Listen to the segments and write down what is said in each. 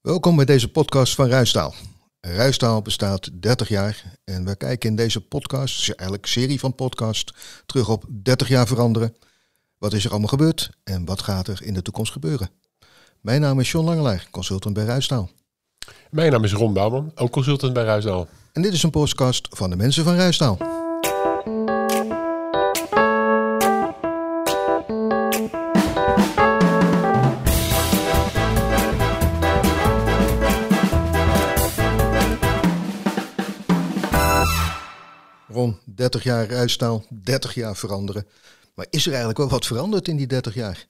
Welkom bij deze podcast van Ruistaal. Ruistaal bestaat 30 jaar en we kijken in deze podcast, dus eigenlijk serie van podcast, terug op 30 jaar veranderen. Wat is er allemaal gebeurd en wat gaat er in de toekomst gebeuren? Mijn naam is John Langelaar, consultant bij Ruistaal. Mijn naam is Ron Bouwman, ook consultant bij Ruistaal. En dit is een podcast van de mensen van Ruistaal. Ron, 30 jaar Ruistaal, 30 jaar veranderen. Maar is er eigenlijk wel wat veranderd in die 30 jaar?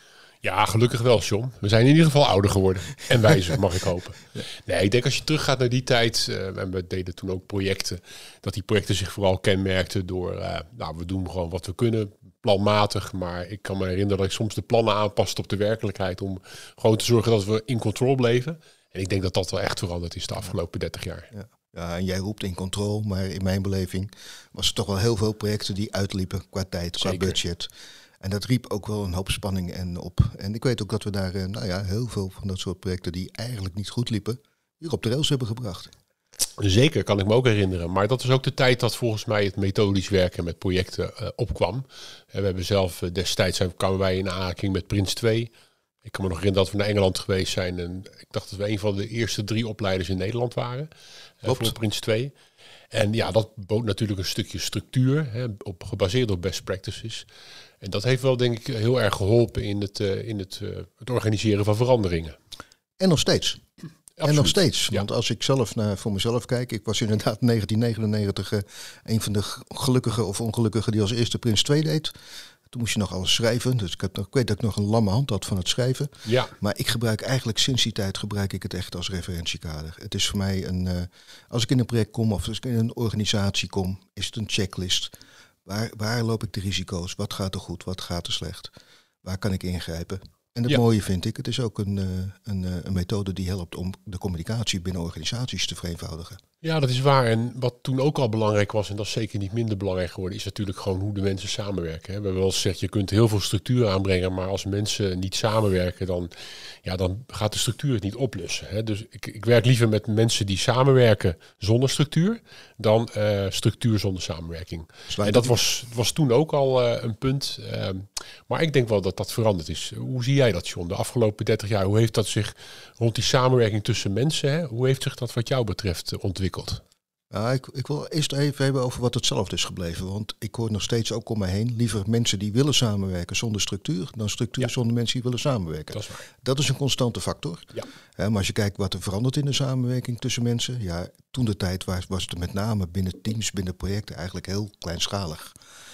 Ja, gelukkig wel, John. We zijn in ieder geval ouder geworden. En wijzer, mag ik hopen. Nee, ik denk als je teruggaat naar die tijd, en we deden toen ook projecten, dat die projecten zich vooral kenmerkten door, we doen gewoon wat we kunnen, planmatig. Maar ik kan me herinneren dat ik soms de plannen aanpaste op de werkelijkheid om gewoon te zorgen dat we in control bleven. En ik denk dat dat wel echt veranderd is de afgelopen 30 jaar. Ja. Ja, en jij roept in control, maar in mijn beleving was er toch wel heel veel projecten die uitliepen qua tijd, qua budget. En dat riep ook wel een hoop spanning op. En ik weet ook dat we daar heel veel van dat soort projecten die eigenlijk niet goed liepen, hier op de rails hebben gebracht. Zeker, kan ik me ook herinneren. Maar dat was ook de tijd dat volgens mij het methodisch werken met projecten opkwam. We hebben zelf destijds kwamen wij in aanraking met Prins 2. Ik kan me nog herinneren dat we naar Engeland geweest zijn. En ik dacht dat we een van de eerste 3 opleiders in Nederland waren. Voor Prins 2. En ja, dat bood natuurlijk een stukje structuur, gebaseerd op best practices. En dat heeft wel, denk ik, heel erg geholpen in het organiseren van veranderingen. En nog steeds. Absoluut. En nog steeds. Want als ik zelf voor mezelf kijk, ik was inderdaad 1999 een van de gelukkigen of ongelukkigen die als eerste Prins 2 deed. Toen moest je nog alles schrijven, dus ik weet dat ik nog een lamme hand had van het schrijven. Ja. Maar ik gebruik eigenlijk sinds die tijd het echt als referentiekader. Het is voor mij als ik in een project kom of als ik in een organisatie kom, is het een checklist. Waar loop ik de risico's? Wat gaat er goed? Wat gaat er slecht? Waar kan ik ingrijpen? En het mooie vind ik, het is ook een methode die helpt om de communicatie binnen organisaties te vereenvoudigen. Ja, dat is waar. En wat toen ook al belangrijk was, en dat is zeker niet minder belangrijk geworden, is natuurlijk gewoon hoe de mensen samenwerken. We hebben wel eens gezegd, je kunt heel veel structuur aanbrengen, maar als mensen niet samenwerken, dan gaat de structuur het niet oplossen. Dus ik werk liever met mensen die samenwerken zonder structuur, dan structuur zonder samenwerking. En dat was toen ook al een punt. Maar ik denk wel dat dat veranderd is. Hoe zie jij dat, John? De afgelopen 30 jaar, hoe heeft dat zich rond die samenwerking tussen mensen, hoe heeft zich dat wat jou betreft ontwikkeld? Ja, ik wil eerst even hebben over wat hetzelfde is gebleven. Want ik hoor nog steeds ook om me heen liever mensen die willen samenwerken zonder structuur dan structuur zonder mensen die willen samenwerken. Dat is een constante factor. Ja. Maar als je kijkt wat er verandert in de samenwerking tussen mensen. Ja, toen de tijd was het met name binnen teams, binnen projecten eigenlijk heel kleinschalig.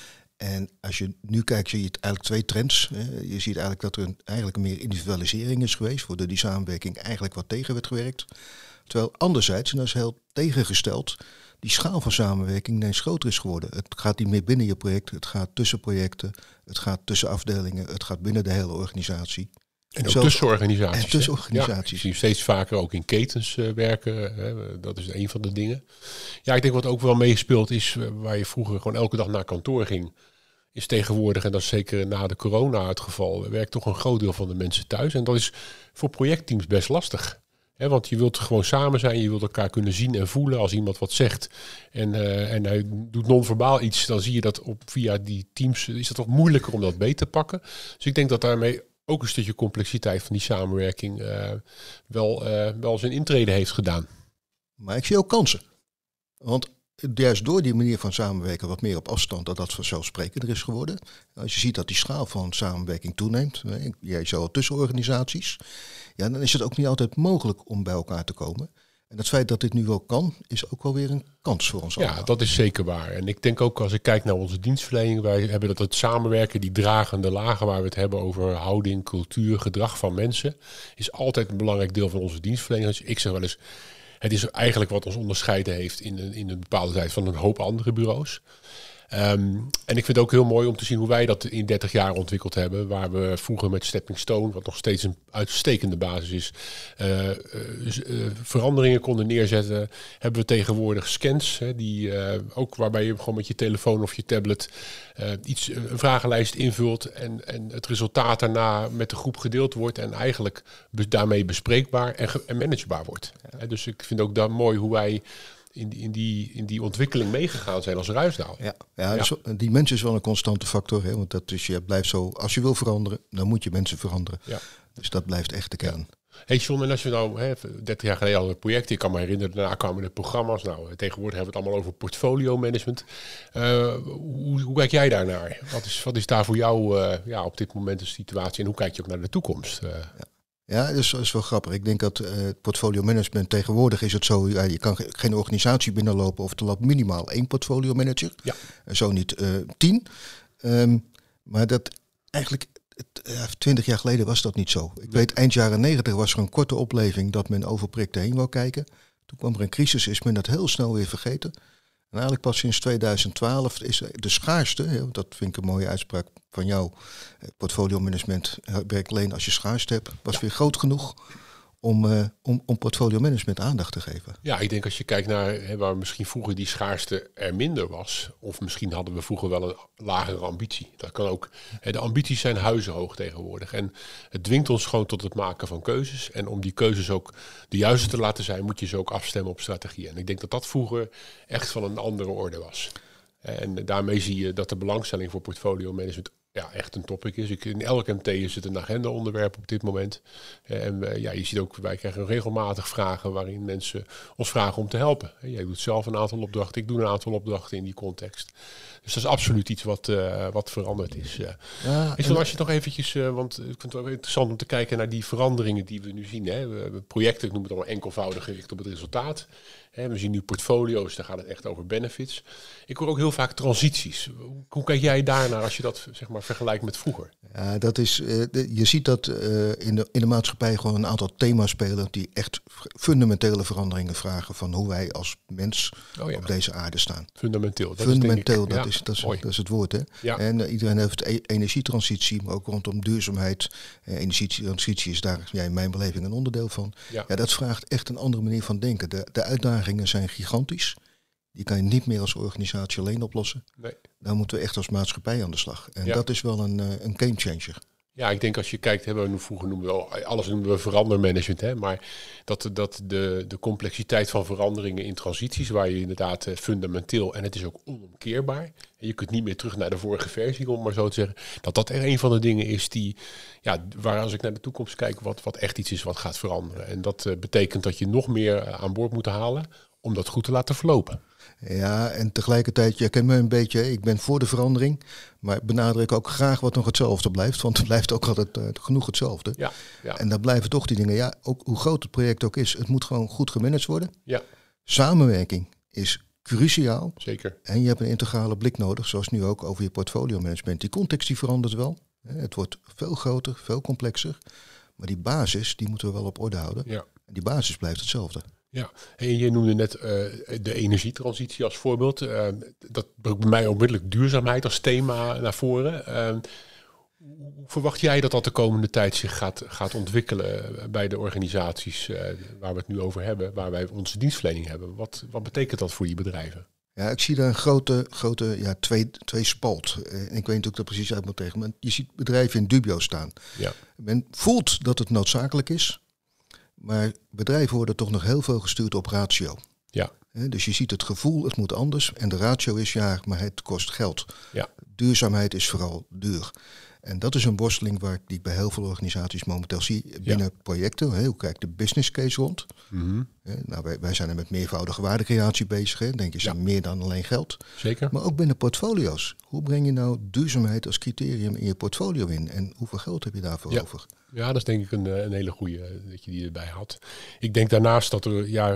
En als je nu kijkt, zie je het eigenlijk 2 trends. Je ziet eigenlijk dat er een meer individualisering is geweest, waardoor die samenwerking eigenlijk wat tegen werd gewerkt. Terwijl anderzijds, en dat is heel tegengesteld, die schaal van samenwerking ineens groter is geworden. Het gaat niet meer binnen je project, het gaat tussen projecten, het gaat tussen afdelingen, het gaat binnen de hele organisatie. En ook tussen organisaties. En tussen organisaties. Ja, ik zie steeds vaker ook in ketens werken. Dat is een van de dingen. Ja, ik denk wat ook wel meespeelt is, waar je vroeger gewoon elke dag naar kantoor ging, is tegenwoordig, en dat is zeker na de corona het geval, werkt toch een groot deel van de mensen thuis. En dat is voor projectteams best lastig. Want je wilt gewoon samen zijn, je wilt elkaar kunnen zien en voelen. Als iemand wat zegt en hij doet non-verbaal iets, dan zie je dat via die teams is het wat moeilijker om dat beter te pakken. Dus ik denk dat daarmee ook een stukje complexiteit van die samenwerking wel zijn intrede heeft gedaan. Maar ik zie ook kansen. Want juist door die manier van samenwerken wat meer op afstand, dat vanzelfsprekender is geworden. Als je ziet dat die schaal van samenwerking toeneemt, jij zou al tussen organisaties, dan is het ook niet altijd mogelijk om bij elkaar te komen. En het feit dat dit nu wel kan, is ook wel weer een kans voor ons allemaal. Ja, dat is zeker waar. En ik denk ook als ik kijk naar onze dienstverlening, wij hebben dat het samenwerken, die dragende lagen waar we het hebben over houding, cultuur, gedrag van mensen, is altijd een belangrijk deel van onze dienstverlening. Dus ik zeg wel eens, het is eigenlijk wat ons onderscheiden heeft in een bepaalde tijd van een hoop andere bureaus. En ik vind het ook heel mooi om te zien hoe wij dat in 30 jaar ontwikkeld hebben. Waar we vroeger met Stepping Stone, wat nog steeds een uitstekende basis is, veranderingen konden neerzetten. Hebben we tegenwoordig scans, die ook waarbij je gewoon met je telefoon of je tablet een vragenlijst invult en het resultaat daarna met de groep gedeeld wordt en eigenlijk daarmee bespreekbaar en managebaar wordt. Ja. Dus ik vind ook dat mooi hoe wij in die ontwikkeling meegegaan zijn als Ruisdaal. Ja. Dus die mensen is wel een constante factor. Hè? Want dat is, je blijft zo, als je wil veranderen, dan moet je mensen veranderen. Ja. Dus dat blijft echt de kern. Ja. Hey John, en als je nou 30 jaar geleden al een project, ik kan me herinneren, daarna kwamen de programma's. Nou, tegenwoordig hebben we het allemaal over portfolio management. Hoe kijk jij daarnaar? Wat is daar voor jou op dit moment de situatie en hoe kijk je ook naar de toekomst? Ja, dus dat is wel grappig. Ik denk dat portfolio management tegenwoordig is het zo, je kan geen organisatie binnenlopen of er loopt minimaal 1 portfolio manager. Ja. Zo niet 10. Maar dat eigenlijk 20 jaar geleden was dat niet zo. Ik weet, eind jaren 90 was er een korte opleving dat men over projecten heen wou kijken. Toen kwam er een crisis, is men dat heel snel weer vergeten. En eigenlijk pas sinds 2012 is de schaarste, dat vind ik een mooie uitspraak van jou, portfolio management werkt alleen als je schaarste hebt, was weer groot genoeg om portfolio management aandacht te geven. Ja, ik denk als je kijkt naar waar misschien vroeger die schaarste er minder was, of misschien hadden we vroeger wel een lagere ambitie. Dat kan ook. De ambities zijn huizenhoog tegenwoordig en het dwingt ons gewoon tot het maken van keuzes. En om die keuzes ook de juiste te laten zijn, moet je ze ook afstemmen op strategieën. En ik denk dat dat vroeger echt van een andere orde was. En daarmee zie je dat de belangstelling voor portfolio management echt een topic is. In elk MT is het een agenda-onderwerp op dit moment. Je ziet ook, wij krijgen regelmatig vragen waarin mensen ons vragen om te helpen. Jij doet zelf een aantal opdrachten, ik doe een aantal opdrachten in die context. Dus dat is absoluut iets wat veranderd is. Als je nog eventjes, want ik vind het wel interessant om te kijken naar die veranderingen die we nu zien. Projecten, ik noem het allemaal enkelvoudig gericht op het resultaat. We zien nu portfolio's, daar gaat het echt over benefits. Ik hoor ook heel vaak transities. Hoe kijk jij daarnaar als je dat vergelijkt met vroeger? Ja, dat is, je ziet dat in de maatschappij gewoon een aantal thema's spelen die echt fundamentele veranderingen vragen van hoe wij als mens op deze aarde staan. Fundamenteel. Dat is het woord. Hè? Ja. En iedereen heeft energietransitie, maar ook rondom duurzaamheid. Energietransitie is daar in mijn beleving een onderdeel van. Ja, dat vraagt echt een andere manier van denken. De uitdagingen zijn gigantisch. Die kan je niet meer als organisatie alleen oplossen. Nee. Dan moeten we echt als maatschappij aan de slag. En dat is wel een gamechanger. Ja, ik denk als je kijkt, vroeger noemen we verandermanagement, maar dat de complexiteit van veranderingen in transities, waar je inderdaad fundamenteel, en het is ook onomkeerbaar, en je kunt niet meer terug naar de vorige versie, om maar zo te zeggen, dat er een van de dingen is die, waar als ik naar de toekomst kijk, wat echt iets is wat gaat veranderen. En dat betekent dat je nog meer aan boord moet halen om dat goed te laten verlopen. Ja, en tegelijkertijd, je kent me een beetje, ik ben voor de verandering, maar benadruk ook graag wat nog hetzelfde blijft, want het blijft ook altijd genoeg hetzelfde. Ja. En dan blijven toch die dingen, ook hoe groot het project ook is, het moet gewoon goed gemanaged worden. Ja. Samenwerking is cruciaal. Zeker. En je hebt een integrale blik nodig, zoals nu ook over je portfolio management. Die context die verandert wel. Het wordt veel groter, veel complexer, maar die basis, die moeten we wel op orde houden. Ja. En die basis blijft hetzelfde. Ja, en je noemde net de energietransitie als voorbeeld. Dat brengt bij mij onmiddellijk duurzaamheid als thema naar voren. Hoe verwacht jij dat de komende tijd zich gaat ontwikkelen bij de organisaties waar we het nu over hebben, waar wij onze dienstverlening hebben? Wat betekent dat voor die bedrijven? Ja, ik zie daar een grote twee spalt. Ik weet niet hoe ik dat precies uit moet tegen, maar je ziet bedrijven in dubio staan. Ja. Men voelt dat het noodzakelijk is. Maar bedrijven worden toch nog heel veel gestuurd op ratio. Ja. Dus je ziet het gevoel, het moet anders. En de ratio is maar het kost geld. Ja. Duurzaamheid is vooral duur. En dat is een worsteling die ik bij heel veel organisaties momenteel zie binnen projecten. Hoe kijkt de business case rond? Mm-hmm. Wij zijn er met meervoudige waardecreatie bezig. Denk je, zijn meer dan alleen geld. Zeker. Maar ook binnen portfolio's. Hoe breng je nou duurzaamheid als criterium in je portfolio in? En hoeveel geld heb je daarvoor over? Ja, dat is denk ik een hele goede dat je die erbij had. Ik denk daarnaast dat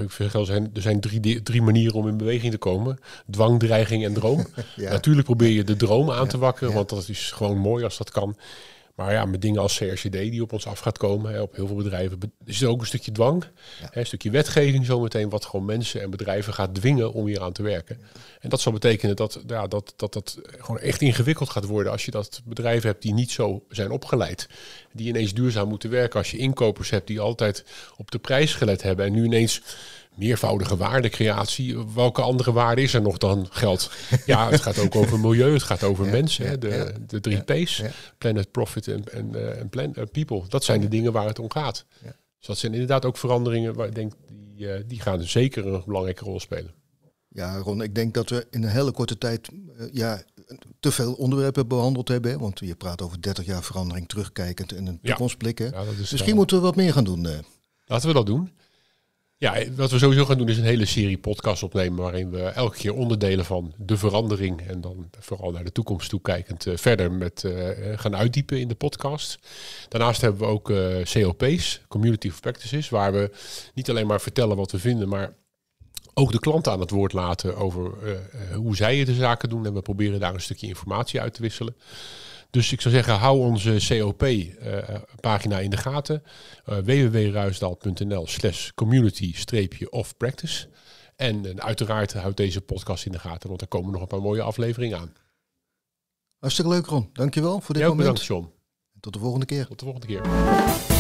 er zijn drie manieren om in beweging te komen. Dwang, dreiging en droom. Natuurlijk probeer je de droom aan te wakkeren, want dat is gewoon mooi als dat kan. Maar ja, met dingen als CRCD die op ons af gaat komen, hè, op heel veel bedrijven, is er ook een stukje dwang. Hè, een stukje wetgeving zometeen, wat gewoon mensen en bedrijven gaat dwingen om hier aan te werken. En dat zal betekenen dat gewoon echt ingewikkeld gaat worden als je dat bedrijven hebt die niet zo zijn opgeleid. Die ineens duurzaam moeten werken. Als je inkopers hebt die altijd op de prijs gelet hebben en nu ineens meervoudige waardecreatie. Welke andere waarde is er nog dan geld? Ja, het gaat ook over milieu, het gaat over mensen. Hè? De 3 P's. Ja. Planet, Profit en People. Dat zijn de dingen waar het om gaat. Ja. Dus dat zijn inderdaad ook veranderingen waar ik denk, die gaan zeker een belangrijke rol spelen. Ja, Ron, ik denk dat we in een hele korte tijd te veel onderwerpen behandeld hebben. Hè? Want je praat over 30 jaar verandering terugkijkend en een toekomstblik. Hè? Ja, misschien moeten we wat meer gaan doen. Laten we dat doen. Ja, wat we sowieso gaan doen is een hele serie podcasts opnemen waarin we elke keer onderdelen van de verandering en dan vooral naar de toekomst toekijkend verder gaan uitdiepen in de podcast. Daarnaast hebben we ook COP's, Community of Practices, waar we niet alleen maar vertellen wat we vinden, maar ook de klanten aan het woord laten over hoe zij de zaken doen. En we proberen daar een stukje informatie uit te wisselen. Dus ik zou zeggen, hou onze COP-pagina in de gaten. www.ruisdaal.nl/community-of-practice. En uiteraard houd deze podcast in de gaten, want er komen nog een paar mooie afleveringen aan. Hartstikke leuk, Ron. Dankjewel voor dit moment. Bedankt, John. Tot de volgende keer. Tot de volgende keer.